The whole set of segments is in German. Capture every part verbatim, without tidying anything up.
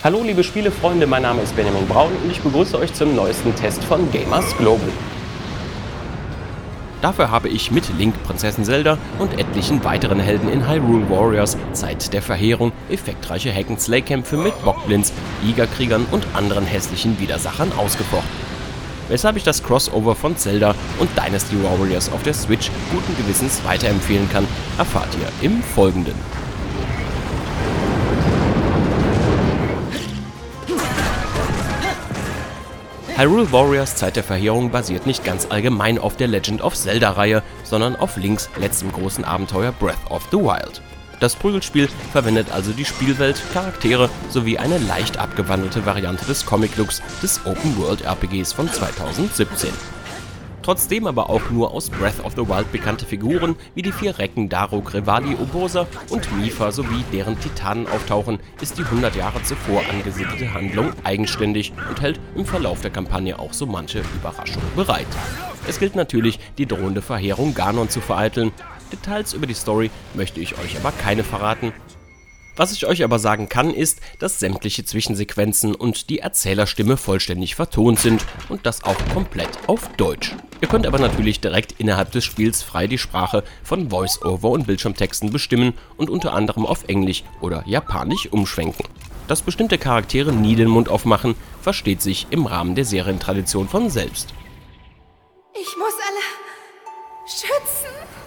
Hallo liebe Spielefreunde, mein Name ist Benjamin Braun und ich begrüße euch zum neuesten Test von Gamers Global. Dafür habe ich mit Link, Prinzessin Zelda und etlichen weiteren Helden in Hyrule Warriors Zeit der Verheerung effektreiche Hack-and-Slay-Kämpfe mit Bockblins, Giga-Kriegern und anderen hässlichen Widersachern ausgefochten. Weshalb ich das Crossover von Zelda und Dynasty Warriors auf der Switch guten Gewissens weiterempfehlen kann, erfahrt ihr im Folgenden. Hyrule Warriors Zeit der Verheerung basiert nicht ganz allgemein auf der Legend of Zelda-Reihe, sondern auf Links letztem großen Abenteuer Breath of the Wild. Das Prügelspiel verwendet also die Spielwelt, Charaktere sowie eine leicht abgewandelte Variante des Comic-Looks des Open-World-R P Gs von zweitausendsiebzehn. Trotzdem aber auch nur aus Breath of the Wild bekannte Figuren wie die vier Recken Daruk, Revali, Urbosa und Mipha sowie deren Titanen auftauchen, ist die hundert Jahre zuvor angesiedelte Handlung eigenständig und hält im Verlauf der Kampagne auch so manche Überraschung bereit. Es gilt natürlich, die drohende Verheerung Ganon zu vereiteln. Details über die Story möchte ich euch aber keine verraten. Was ich euch aber sagen kann, ist, dass sämtliche Zwischensequenzen und die Erzählerstimme vollständig vertont sind und das auch komplett auf Deutsch. Ihr könnt aber natürlich direkt innerhalb des Spiels frei die Sprache von Voice-Over und Bildschirmtexten bestimmen und unter anderem auf Englisch oder Japanisch umschwenken. Dass bestimmte Charaktere nie den Mund aufmachen, versteht sich im Rahmen der Serientradition von selbst. Ich muss alle schützen.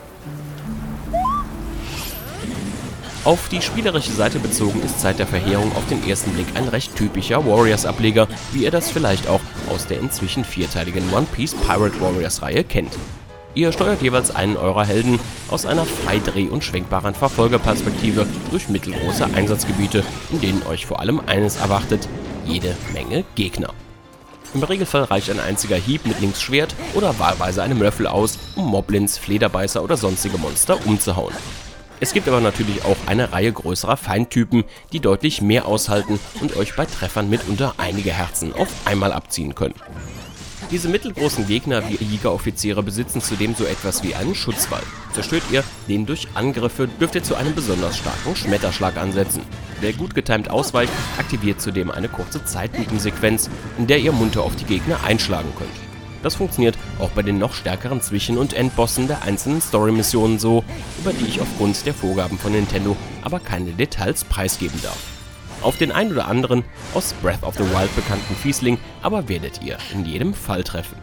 Auf die spielerische Seite bezogen ist Zeit der Verheerung auf den ersten Blick ein recht typischer Warriors-Ableger, wie ihr das vielleicht auch aus der inzwischen vierteiligen One Piece Pirate Warriors-Reihe kennt. Ihr steuert jeweils einen eurer Helden aus einer frei dreh- und schwenkbaren Verfolgerperspektive durch mittelgroße Einsatzgebiete, in denen euch vor allem eines erwartet: jede Menge Gegner. Im Regelfall reicht ein einziger Hieb mit Links Schwert oder wahlweise einem Löffel aus, um Moblins, Flederbeißer oder sonstige Monster umzuhauen. Es gibt aber natürlich auch eine Reihe größerer Feindtypen, die deutlich mehr aushalten und euch bei Treffern mitunter einige Herzen auf einmal abziehen können. Diese mittelgroßen Gegner wie Jägeroffiziere besitzen zudem so etwas wie einen Schutzwall. Zerstört ihr den durch Angriffe, dürft ihr zu einem besonders starken Schmetterschlag ansetzen. Wer gut getimt ausweicht, aktiviert zudem eine kurze Zeitlupensequenz, in der ihr munter auf die Gegner einschlagen könnt. Das funktioniert auch bei den noch stärkeren Zwischen- und Endbossen der einzelnen Story-Missionen so, über die ich aufgrund der Vorgaben von Nintendo aber keine Details preisgeben darf. Auf den ein oder anderen aus Breath of the Wild bekannten Fiesling aber werdet ihr in jedem Fall treffen.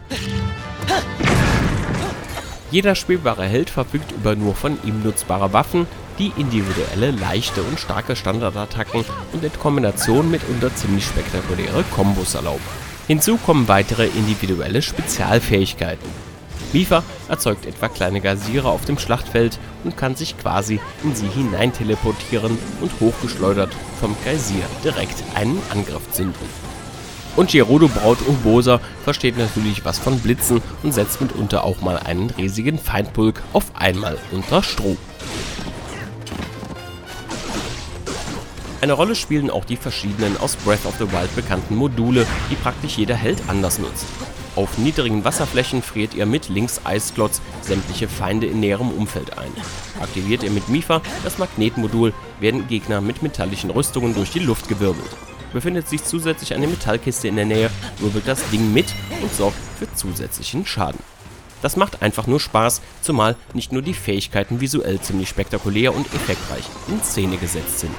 Jeder spielbare Held verfügt über nur von ihm nutzbare Waffen, die individuelle, leichte und starke Standardattacken und in Kombination mitunter ziemlich spektakuläre Kombos erlauben. Hinzu kommen weitere individuelle Spezialfähigkeiten. Mipha erzeugt etwa kleine Geysire auf dem Schlachtfeld und kann sich quasi in sie hinein teleportieren und hochgeschleudert vom Geysir direkt einen Angriff zünden. Und Gerudo-Braut Urbosa versteht natürlich was von Blitzen und setzt mitunter auch mal einen riesigen Feindpulk auf einmal unter Strom. Eine Rolle spielen auch die verschiedenen aus Breath of the Wild bekannten Module, die praktisch jeder Held anders nutzt. Auf niedrigen Wasserflächen friert ihr mit Links Eisklotz sämtliche Feinde in näherem Umfeld ein. Aktiviert ihr mit Mipha das Magnetmodul, werden Gegner mit metallischen Rüstungen durch die Luft gewirbelt. Befindet sich zusätzlich eine Metallkiste in der Nähe, wirbelt das Ding mit und sorgt für zusätzlichen Schaden. Das macht einfach nur Spaß, zumal nicht nur die Fähigkeiten visuell ziemlich spektakulär und effektreich in Szene gesetzt sind.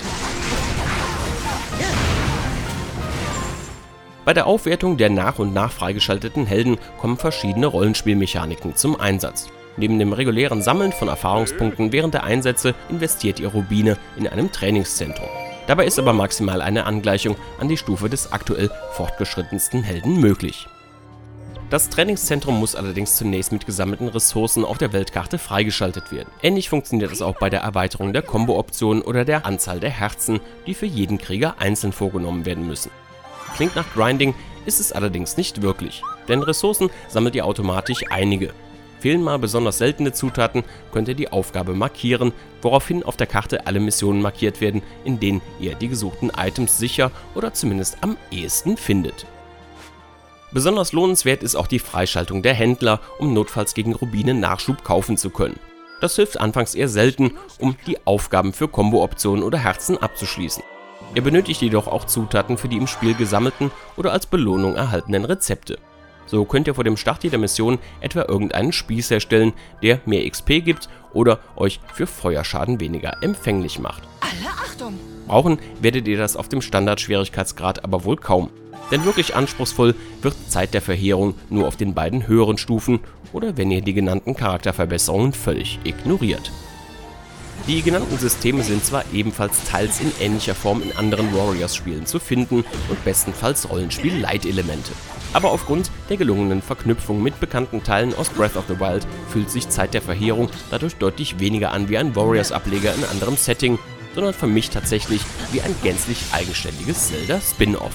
Bei der Aufwertung der nach und nach freigeschalteten Helden kommen verschiedene Rollenspielmechaniken zum Einsatz. Neben dem regulären Sammeln von Erfahrungspunkten während der Einsätze investiert ihr Rubine in einem Trainingszentrum. Dabei ist aber maximal eine Angleichung an die Stufe des aktuell fortgeschrittensten Helden möglich. Das Trainingszentrum muss allerdings zunächst mit gesammelten Ressourcen auf der Weltkarte freigeschaltet werden. Ähnlich funktioniert es auch bei der Erweiterung der Combo-Optionen oder der Anzahl der Herzen, die für jeden Krieger einzeln vorgenommen werden müssen. Klingt nach Grinding, ist es allerdings nicht wirklich, denn Ressourcen sammelt ihr automatisch einige. Fehlen mal besonders seltene Zutaten, könnt ihr die Aufgabe markieren, woraufhin auf der Karte alle Missionen markiert werden, in denen ihr die gesuchten Items sicher oder zumindest am ehesten findet. Besonders lohnenswert ist auch die Freischaltung der Händler, um notfalls gegen Rubine Nachschub kaufen zu können. Das hilft anfangs eher selten, um die Aufgaben für Combo-Optionen oder Herzen abzuschließen. Ihr benötigt jedoch auch Zutaten für die im Spiel gesammelten oder als Belohnung erhaltenen Rezepte. So könnt ihr vor dem Start jeder Mission etwa irgendeinen Spieß herstellen, der mehr X P gibt oder euch für Feuerschaden weniger empfänglich macht. Alle Achtung! Brauchen werdet ihr das auf dem Standard-Schwierigkeitsgrad aber wohl kaum. Denn wirklich anspruchsvoll wird Zeit der Verheerung nur auf den beiden höheren Stufen oder wenn ihr die genannten Charakterverbesserungen völlig ignoriert. Die genannten Systeme sind zwar ebenfalls teils in ähnlicher Form in anderen Warriors-Spielen zu finden und bestenfalls Rollenspiel-Light-Elemente. Aber aufgrund der gelungenen Verknüpfung mit bekannten Teilen aus Breath of the Wild fühlt sich Zeit der Verheerung dadurch deutlich weniger an wie ein Warriors-Ableger in anderem Setting, sondern für mich tatsächlich wie ein gänzlich eigenständiges Zelda-Spin-Off.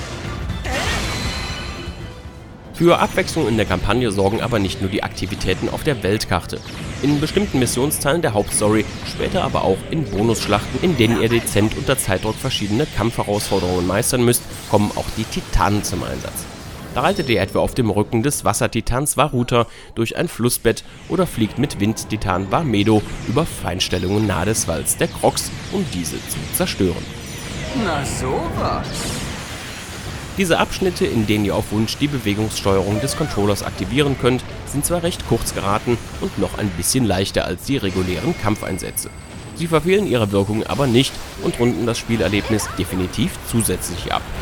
Für Abwechslung in der Kampagne sorgen aber nicht nur die Aktivitäten auf der Weltkarte. In bestimmten Missionsteilen der Hauptstory, später aber auch in Bonusschlachten, in denen ihr dezent unter Zeitdruck verschiedene Kampfherausforderungen meistern müsst, kommen auch die Titanen zum Einsatz. Da reitet ihr etwa auf dem Rücken des Wassertitans Varuta durch ein Flussbett oder fliegt mit Windtitan Varmedo über Feinstellungen nahe des Walds der Crocs, um diese zu zerstören. Na sowas. Diese Abschnitte, in denen ihr auf Wunsch die Bewegungssteuerung des Controllers aktivieren könnt, sind zwar recht kurz geraten und noch ein bisschen leichter als die regulären Kampfeinsätze. Sie verfehlen ihre Wirkung aber nicht und runden das Spielerlebnis definitiv zusätzlich ab.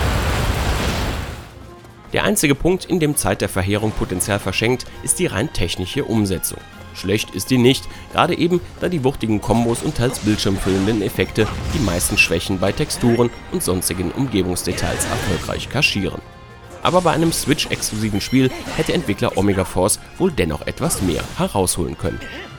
Der einzige Punkt, in dem Zeit der Verheerung Potenzial verschenkt, ist die rein technische Umsetzung. Schlecht ist die nicht, gerade eben, da die wuchtigen Kombos und teils bildschirmfüllenden Effekte die meisten Schwächen bei Texturen und sonstigen Umgebungsdetails erfolgreich kaschieren. Aber bei einem Switch-exklusiven Spiel hätte Entwickler Omega Force wohl dennoch etwas mehr herausholen können.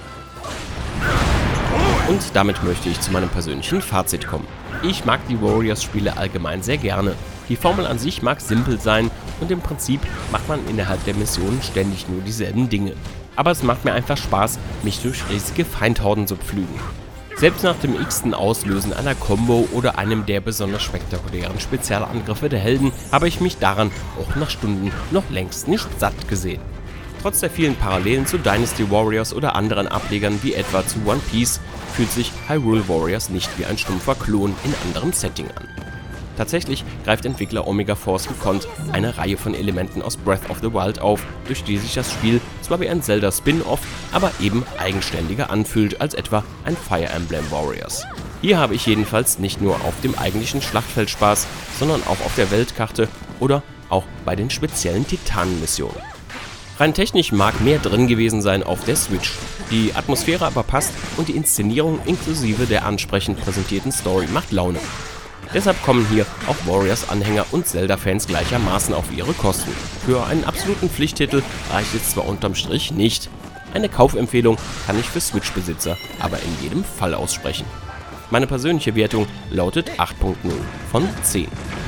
Und damit möchte ich zu meinem persönlichen Fazit kommen. Ich mag die Warriors-Spiele allgemein sehr gerne. Die Formel an sich mag simpel sein und im Prinzip macht man innerhalb der Missionen ständig nur dieselben Dinge. Aber es macht mir einfach Spaß, mich durch riesige Feindhorden zu pflügen. Selbst nach dem x-ten Auslösen einer Combo oder einem der besonders spektakulären Spezialangriffe der Helden habe ich mich daran auch nach Stunden noch längst nicht satt gesehen. Trotz der vielen Parallelen zu Dynasty Warriors oder anderen Ablegern wie etwa zu One Piece fühlt sich Hyrule Warriors nicht wie ein stumpfer Klon in anderem Setting an. Tatsächlich greift Entwickler Omega Force gekonnt eine Reihe von Elementen aus Breath of the Wild auf, durch die sich das Spiel zwar wie ein Zelda-Spin-Off, aber eben eigenständiger anfühlt als etwa ein Fire Emblem Warriors. Hier habe ich jedenfalls nicht nur auf dem eigentlichen Schlachtfeld Spaß, sondern auch auf der Weltkarte oder auch bei den speziellen Titanenmissionen. Rein technisch mag mehr drin gewesen sein auf der Switch, die Atmosphäre aber passt und die Inszenierung inklusive der ansprechend präsentierten Story macht Laune. Deshalb kommen hier auch Warriors-Anhänger und Zelda-Fans gleichermaßen auf ihre Kosten. Für einen absoluten Pflichttitel reicht es zwar unterm Strich nicht. Eine Kaufempfehlung kann ich für Switch-Besitzer aber in jedem Fall aussprechen. Meine persönliche Wertung lautet acht Punkt null von zehn.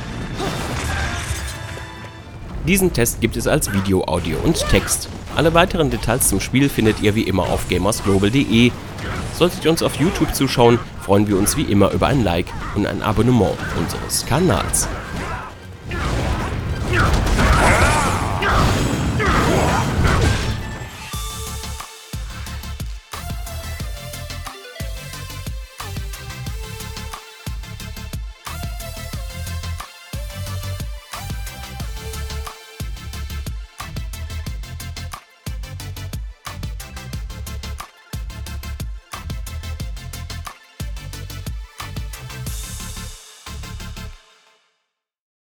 Diesen Test gibt es als Video, Audio und Text. Alle weiteren Details zum Spiel findet ihr wie immer auf gamersglobal punkt de. Solltet ihr uns auf YouTube zuschauen, freuen wir uns wie immer über ein Like und ein Abonnement unseres Kanals. Ja.